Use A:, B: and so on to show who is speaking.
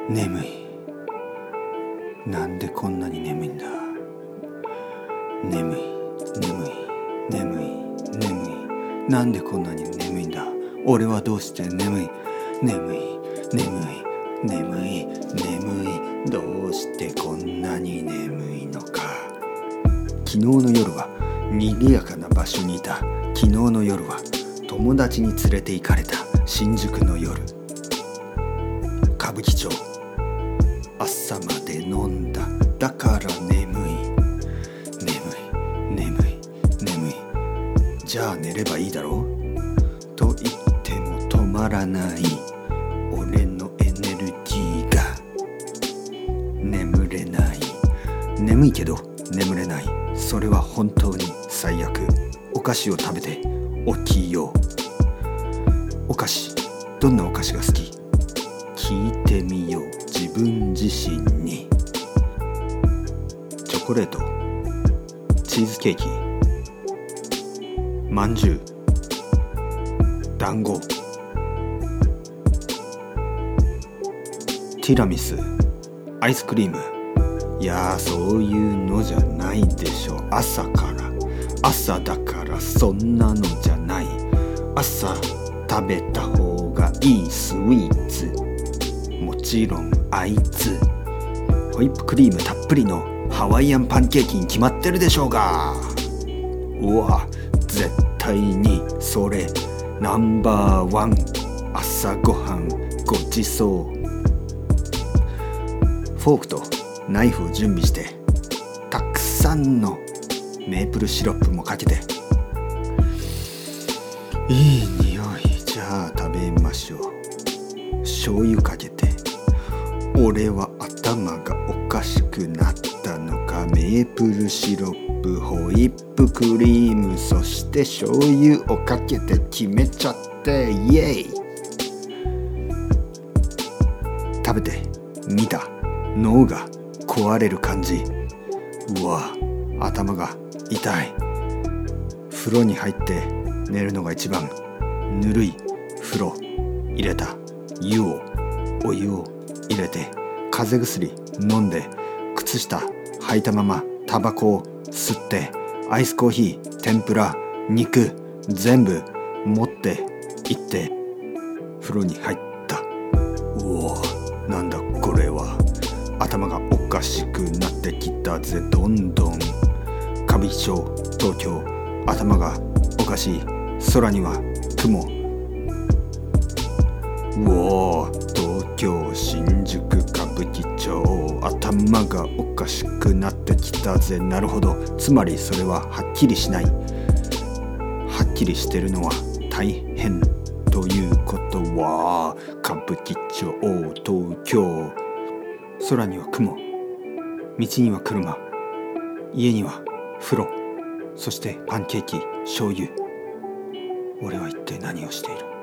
A: 眠い。なんでこんなに眠いんだ。眠い眠い眠い眠い。なんでこんなに眠いんだ。俺はどうして眠い眠い眠い眠い眠い。どうしてこんなに眠いのか。昨日の夜は賑やかな場所にいた。昨日の夜は友達に連れて行かれた新宿の夜。歌舞伎町、朝まで飲んだ。だから眠い眠い眠い眠い。じゃあ寝ればいいだろうと言っても止まらない俺のエネルギーが。眠れない。眠いけど眠れない。それは本当に最悪。お菓子を食べて起きよう。お菓子、どんなお菓子が好き？聞いてみよう自分自身に。チョコレート、チーズケーキ、まんじゅう、団子、ティラミス、アイスクリーム。いやー、そういうのじゃないでしょ。朝だからそんなのじゃない。朝食べた方がいいスイーツ、もちろんあいつ。ホイップクリームたっぷりのハワイアンパンケーキに決まってるでしょうが。うわ、絶対にそれナンバーワン。朝ごはんごちそう。フォークとナイフを準備して、たくさんのメープルシロップもかけて。いい匂い。じゃあ食べましょう。醤油かけて。俺は頭がおかしくなったのか。メープルシロップ、ホイップクリーム、そして醤油をかけて決めちゃって、イエイ。食べてみた。脳が壊れる感じ。うわ、頭が痛い。風呂に入って寝るのが一番。ぬるい風呂入れた。お湯を入れて、風邪薬飲んで、靴下履いたままタバコを吸って、アイスコーヒー、天ぷら、肉全部持って行って風呂に入った。うお、なんだこれは。頭がおかしくなってきたぜ。どんどん。歌舞伎町、東京、頭がおかしい。空には雲。うおー、東京、新宿、歌舞伎町、頭がおかしくなってきたぜ。なるほど。つまりそれははっきりしない。はっきりしてるのは大変ということは、歌舞伎町、東京、空には雲、道には車、家には風呂、そしてパンケーキ、醤油。俺は一体何をしている。